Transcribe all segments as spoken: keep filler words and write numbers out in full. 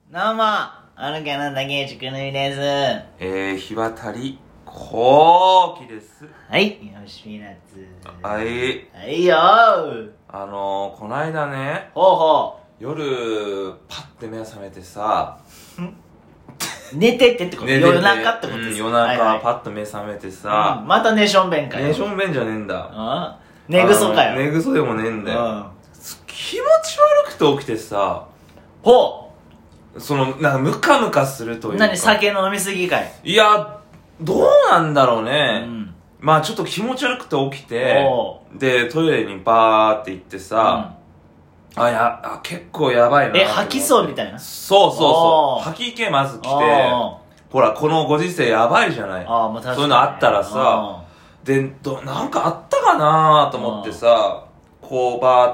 どうも、あのキャノン竹内くぬいです。 えー、日渡りこうきです。 はい、よしピーナッツ。 はい。 はいよー。 あのー、こないだね、 ほうほ夜、パッて目が覚めてさ、 寝てってってこと？ 寝てて夜中ってことです、 うん、夜中、 はいはい、 パッと目覚めてさ、 うん、また寝しょんべんかよ。 寝しょんべんじゃねえんだ。 あ寝ぐそかよ。 寝ぐそでもねえんだよ。 うん、 気持ち悪くて起きてさ、 ほその、なんかムカムカするというか。 何、酒飲みすぎかい？ いや、どうなんだろうね。 うん、 まあちょっと気持ち悪くて起きて、で、トイレにバーって行ってさ、うん、あ、や、あ、結構やばいな。 え、吐きそうみたいな？ そうそうそう。吐き気まず来て、ほら、このご時世やばいじゃない。 あ、まあ、確かにそういうのあったらさ、で、ど、なんかあったかなと思ってさ、こうバーって、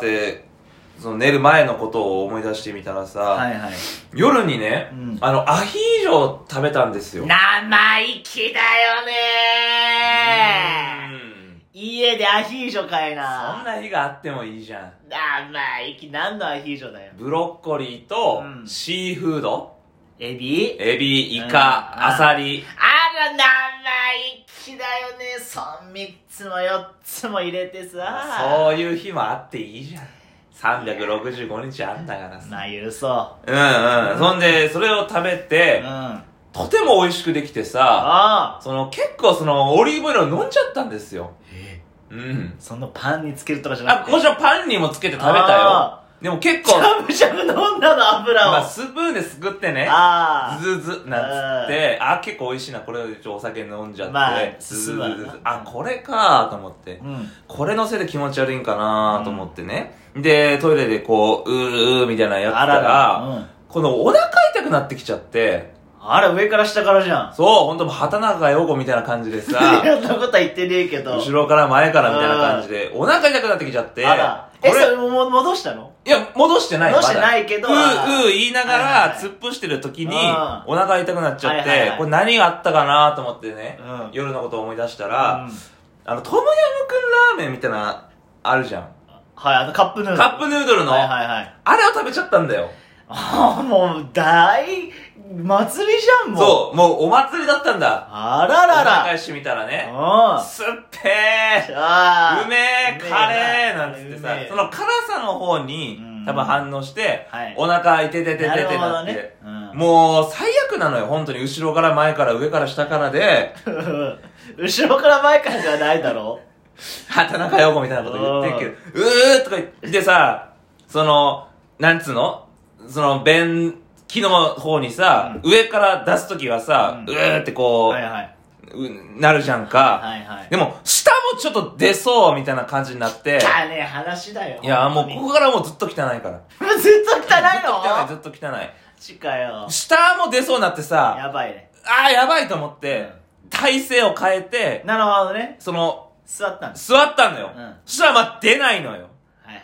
その寝る前のことを思い出してみたらさ、はいはい、夜にね、うん、あの、アヒージョを食べたんですよ。 生意気だよねー。家でアヒージョかいな。 そんな日があってもいいじゃん。 生意気。何のアヒージョだよ。 ブロッコリーと、シーフード、 うん、エビエビ、イカ、うん、アサリ。 あら、生意気だよね。そんみっつもよっつも入れてさ。 そういう日もあっていいじゃん。さんびゃくろくじゅうごにちあんだからさ。 まあ許そう。 うんうん。そんで、それを食べて、うん、とても美味しくできてさ、あその結構そのオリーブオイルを飲んじゃったんですよ。えー、うん。そのパンにつけるとかじゃなくて。 あ、もちろんパンにもつけて食べたよ。でも結構。 しゃぶしゃぶ飲んだの油を。 まあスプーンですくってね。あずずずなんつって、あ、結構美味しいな。これお酒飲んじゃって。まあ、ずずずあ、これかと思って、うん。これのせいで気持ち悪いんかなと思ってね。うん、で、トイレでこう、うーうーみたいなのやったら、らうん、このお腹痛くなってきちゃって、 あら、上から下からじゃん。 そう、ほんともう畑中陽子みたいな感じでさ。 いろんなことは言ってねえけど。 後ろから前からみたいな感じで、お腹痛くなってきちゃって。 あら。え、それも戻したの？ いや、戻してない。 戻してないけど。 うー、うー言いながら、突っ伏してる時に、お腹痛くなっちゃって、これ何があったかなと思ってね、夜のことを思い出したら、あの、トムヤムクンラーメンみたいな、あるじゃん。 はい、あのカップヌードル。 カップヌードルの。はいはいはい。あれを食べちゃったんだよ。 ああ、もう、大、祭りじゃん、もう。 そう、もうお祭りだったんだ。 あららら。 返してみたらね。 うん。 すっぺー。うめー、カレーなんつってさ、その辛さの方に多分反応して、お腹いてててててなって。もう最悪なのよ、本当に。後ろから前から上から下からで。 後ろから前からではないだろう。畑中陽子みたいなこと言ってるけど、うーとか言ってさ、その、なんつうのその、便、木の方にさ、うん、上から出すときはさ、うん、うーってこう、はいはい、うなるじゃんか。はいはい、でも、下もちょっと出そうみたいな感じになって。 汚ねえ話だよ。 いや、もうここからもうずっと汚いから。 ずっと汚いの？ずっと汚い、ずっと汚い。 ちかよ。 下も出そうになってさ、 やばいね。 あーやばいと思って、うん、体勢を変えて、 なるほどね。 その、 座ったん座ったのよ。うん、そしたらまあ出ないのよ。はいはい。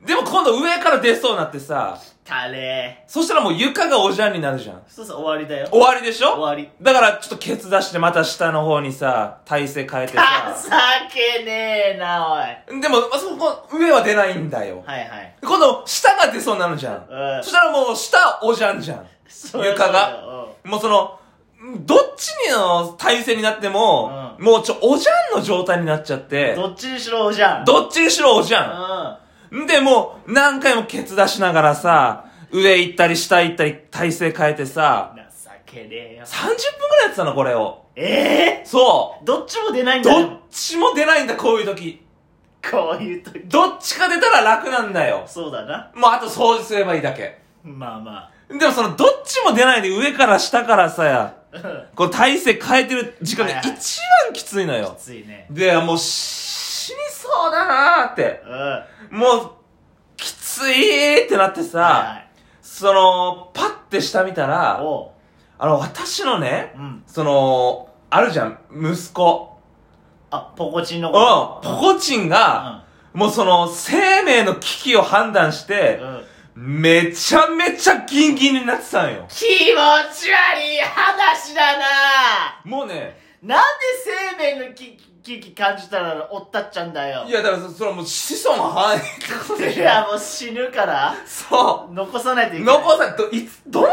でも今度上から出そうになってさ、 たれそしたらもう床がおじゃんになるじゃん。 そうそう、終わりだよ。 終わりでしょ？ 終わり。 だからちょっとケツ出してまた下の方にさ、体勢変えてさ。 情けねえな、おい。でも、そこ、上は出ないんだよ。 はいはい。 今度、下が出そうになるじゃん。うん。そしたらもう下おじゃんじゃん。床が。うん。もうその、どっちにの体勢になっても、うん、もうちょ、おじゃんの状態になっちゃって。 どっちにしろおじゃん。 どっちにしろおじゃん。うん。で、もう、何回もケツ出しながらさ、上行ったり下行ったり体勢変えてさ、 情けねえよ。 さんじゅっぷんくらいやってたの、これを。 ええー、 そう。 どっちも出ないんだよ。 どっちも出ないんだ、こういう時。 こういう時。 どっちか出たら楽なんだよ。 そうだな。 もうあと掃除すればいいだけ。 まあまあ。でもその、どっちも出ないで上から下からさや、この体勢変えてる時間が一番きついのよ。 きついね。 で、もう、死にそうだなーって。うん。もう、きついーってなってさ、はいはい、その、パッて下見たら、あの、私のね、うん、その、あるじゃん、息子。 あ、ポコチンの子。 うん、ポコチンが、うん、もうその、生命の危機を判断して、うん、めちゃめちゃギンギンになってたんよ。 気持ち悪い話だなぁ。もうね、 なんで生命の危機危機感じたらおったっちゃんだよ。 いや、だからそれはもう子孫繁栄ってことでしょ。 いや、もう死ぬから。 そう。 残さないといけない。 残さないと、いつ、どのタイミ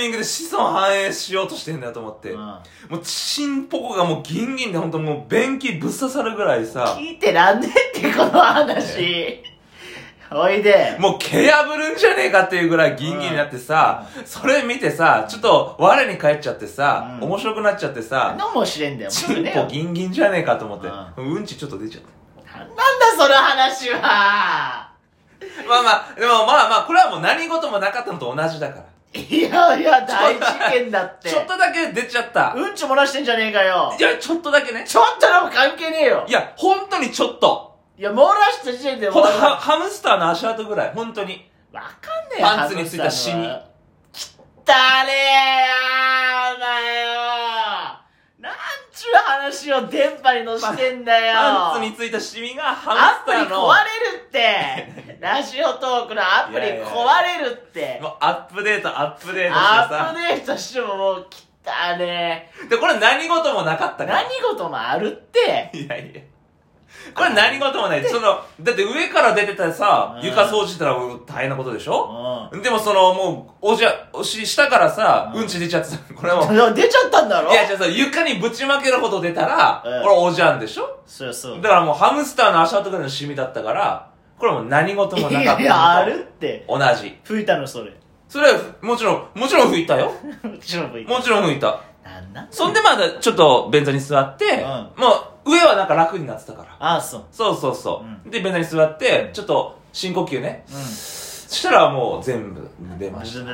ミングで子孫繁栄しようとしてんだよと思って、うん、もうチンポコがもうギンギンでほんともう便器ぶっ刺さるぐらいさ、 聞いてらんねえってこの話おいでもう毛破るんじゃねえかっていうぐらいギンギンになってさ、うん、それ見てさちょっと我に返っちゃってさ、うん、面白くなっちゃってさ、 何もしれんだよチンポギンギンじゃねえかと思って、うん、うんちちょっと出ちゃったなんだその話はまあまあでもまあまあこれはもう何事もなかったのと同じだから、 いやいや大事件だってちょっとだけ出ちゃった。 うんち漏らしてんじゃねえかよ。 いやちょっとだけね。 ちょっとでも関係ねえよ。 いや本当にちょっと、 いや漏らした時点でほんとハハムスターの足跡ぐらい本当にわかんねえよ。 パンツについたシミきったねえよだよ。なんちゅう話を電波に乗してんだよ。 パンツについたシミがハムスターのアプリ壊れるってラジオトークのアプリ壊れるって。いやいやいやもうアップデートアップデートしてさ、 アップデートしてももうきったねえでこれ何事もなかったから。 何事もあるって。 いやいやこれ何事もない。そのだって上から出てたらさ、床掃除したら大変なことでしょ、うん、でもそのもうおじゃおし下からさ、うん、うんち出ちゃってた。これも出ちゃったんだろ。 いやじゃあさ床にぶちまけるほど出たら、うん、これおじゃんでしょ。 そうそう。 だからもうハムスターの足跡ぐらいのシミだったから、これもう何事もなかった。 いやあるって同じ。 拭いたのそれ。 それはもちろんもちろん拭いたよ。 もちろん拭いた。 もちろん拭いた。 なんだ。 そんでまだちょっと便座に座って、うん、もう上はなんか楽になってたから。 ああそう。そうそうそう。うん、で便座に座ってちょっと深呼吸ね。うん。そしたらもう全部出ました。うん。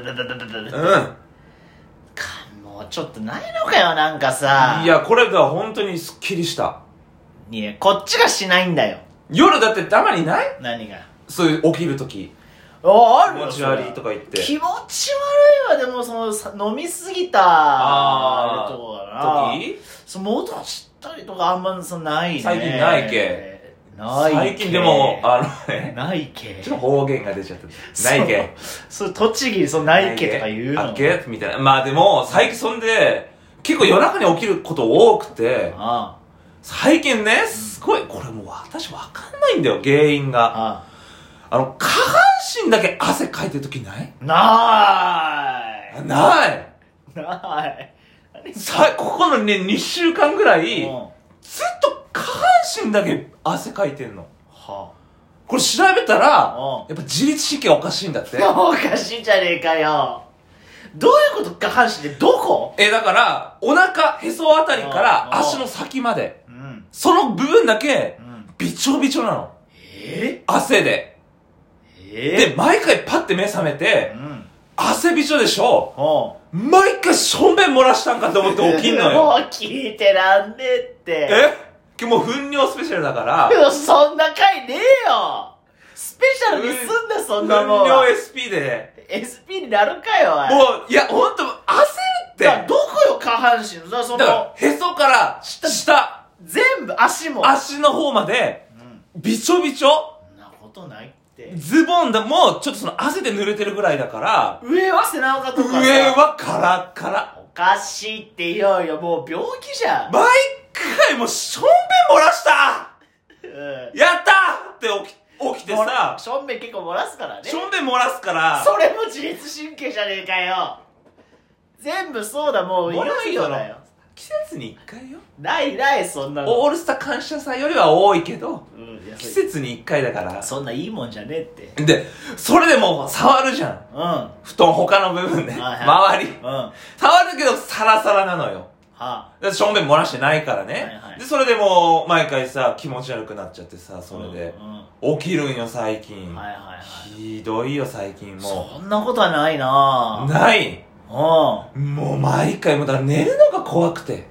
もうちょっとないのかよなんかさ。 いやこれが本当にスッキリした。 いやこっちがしないんだよ。 夜だってたまにない？ 何が？ そういう起きるとき。 ああるよ。 気持ち悪いとか言って。 気持ち悪いわ。でもその飲みすぎたあれとかな。時？その戻したりとかあんまそのないね。 最近ないけ。 ないけ。 最近でもあのね。 ないけ。 ちょっと方言が出ちゃってないけ。 そう、栃木そうないけとか言うの。 あけみたいな。まあでも最近そんで結構夜中に起きること多くて。ああ最近ねすごいこれもう私わかんないんだよ原因が。あああの、下半身だけ汗かいてるときないなーいないないさここのね、にしゅうかんぐらい、うん、ずっと下半身だけ汗かいてんの。はあ、これ調べたら、うん、やっぱ自律神経おかしいんだって。 おかしいじゃねえかよ。どういうこと下半身でどこえ、だから、お腹、へそあたりから足の先まで、うん、その部分だけ、びちょびちょなの。えー、汗で。で、毎回パッて目覚めて、うん、汗びちょでしょ、うん、毎回しょんべん漏らしたんかと思って起きんのよ。 もう聞いてらんねえって。 えもう糞尿スペシャルだから。 そんな回ねえよ。スペシャルにすんだ、そんなもん。 糞尿 エスピー で。 エスピー になるかよ、 もう、いや、ほんと、焦るって。 どこよ、下半身。だその、だからへそから下、下。 全部、足も。 足の方まで、うん、びちょびちょ。 そんなことない。 ズボンだもちょっとその汗で濡れてるぐらいだから上は背中とかさ上はカラカラおかしいって言おうよもう病気じゃん毎回もうしょんべん漏らした、うん、やったって起き起きてさしょんべん結構漏らすからねしょんべん漏らすからそれも自律神経じゃねえかよ全部そうだもう漏らすよだよ季節にいっかいよないないそんなのオールスター感謝祭よりは多いけど、うん、季節にいっかいだからそんないいもんじゃねえってでそれでもう触るじゃん、うん、布団他の部分で、はいはい、周り、うん、触るけどサラサラなのよはあ、しょんべん漏らしてないからね、はいはい、でそれでもう毎回さ気持ち悪くなっちゃってさそれで、うんうん、起きるんよ最近、はいはいはい、ひどいよ最近もうそんなことはないなないもう毎回もうだから寝るのが怖くて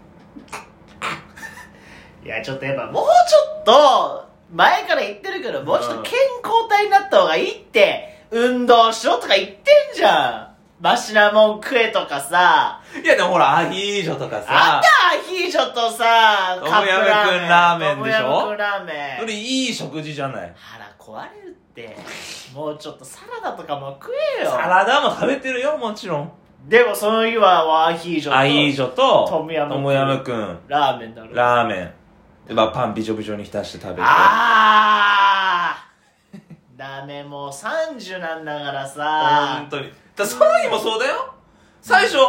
いやちょっとやっぱもうちょっと前から言ってるけどもうちょっと健康体になった方がいいって運動しろとか言ってんじゃんマシなもん食えとかさいやでもほらアヒージョとかさあんたアヒージョとさトムヤムクンラーメンでしょトムヤムクンラーメンそれいい食事じゃない腹壊れるってもうちょっとサラダとかも食えよサラダも食べてるよもちろんでもその日はアヒージョとアヒージョとトムヤムクンラーメンだろラーメンで、まあ、パンびちょびちょに浸して食べてあーダメもうさんじゅうなんだからさ本当にだその日もそうだよ最初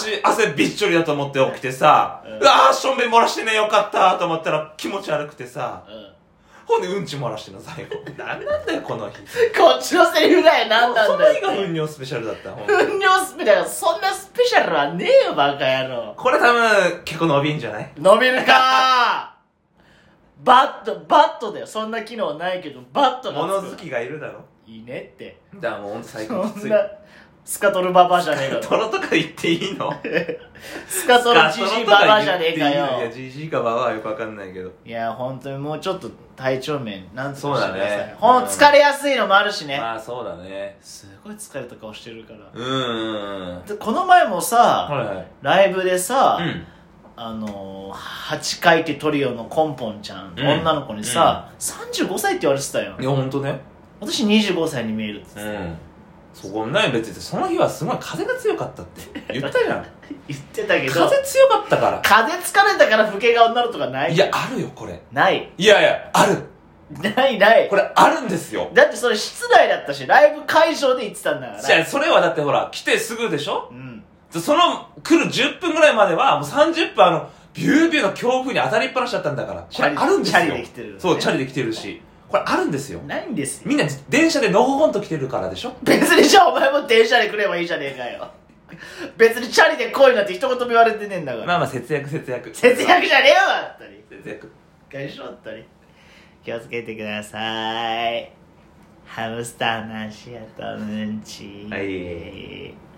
足、汗びっちょりだと思って起きてさ、うん、うわー、しょんべん漏らしてねよかったと思ったら気持ち悪くてさ、うん、ほんでうんち漏らしての最後。ダメなんだよ、この日。 こっちのセリフだよ、なんなんだよ。 その日が糞尿スペシャルだった、ほんと。 糞尿スペシャル、そんなスペシャルはねえよ、バカ野郎。 これ多分、結構伸びんじゃない？ 伸びるかーバット、バットだよ。そんな機能ないけど、バットが。 物好きがいるだろ。 いいねって。 だからもうほんと最近きつい。 そんな、スカトルババアじゃねえか。 スカトルとか言っていいの？ スカトルジジイババアじゃねえかよ。 いや、ジジイかババアはよくわかんないけど。 いや、ほんとにもうちょっと体調面、なんとかしてください。そうだね。 ほんと疲れやすいのもあるしね。 まあそうだね。 すごい疲れた顔してるから。 うんうんうん。 この前もさ、 はいはい、 ライブでさ、 うん、 あのー、はちかいてトリオのコンポンちゃん、うん、女の子にさ、うん、さんじゅうごさいって言われてたよ。 いや、ほんとね。 私にじゅうごさいに見えるって言ってた。うん、 そこない別にその日はすごい風が強かったって言ったじゃん。 言ってたけど風強かったから風疲れたから老け顔になるとかない。 いや、あるよこれ。 ない。 いやいや、ある。 ないない。 これあるんですよ。 だってそれ室内だったし、ライブ会場で言ってたんだから。 いや、それはだってほら来てすぐでしょ。うん。その来るじゅっぷんぐらいまではもうさんじゅっぷんあのビュービューの強風に当たりっぱなしだったんだから。これあるんですよ。 チャリで来てる、ね、 そう、チャリで来てるし、これあるんですよ。 ないんですよ。 みんな電車でのほほんと来てるからでしょ。 別にじゃあお前も電車で来ればいいじゃねえかよ。別にチャリで来いなんて一言も言われてねえんだから。 まあまあ節約節約節約じゃねえよあったり。 節約外傷あったり。気をつけてください。ハムスターの足跡うんち。 はい。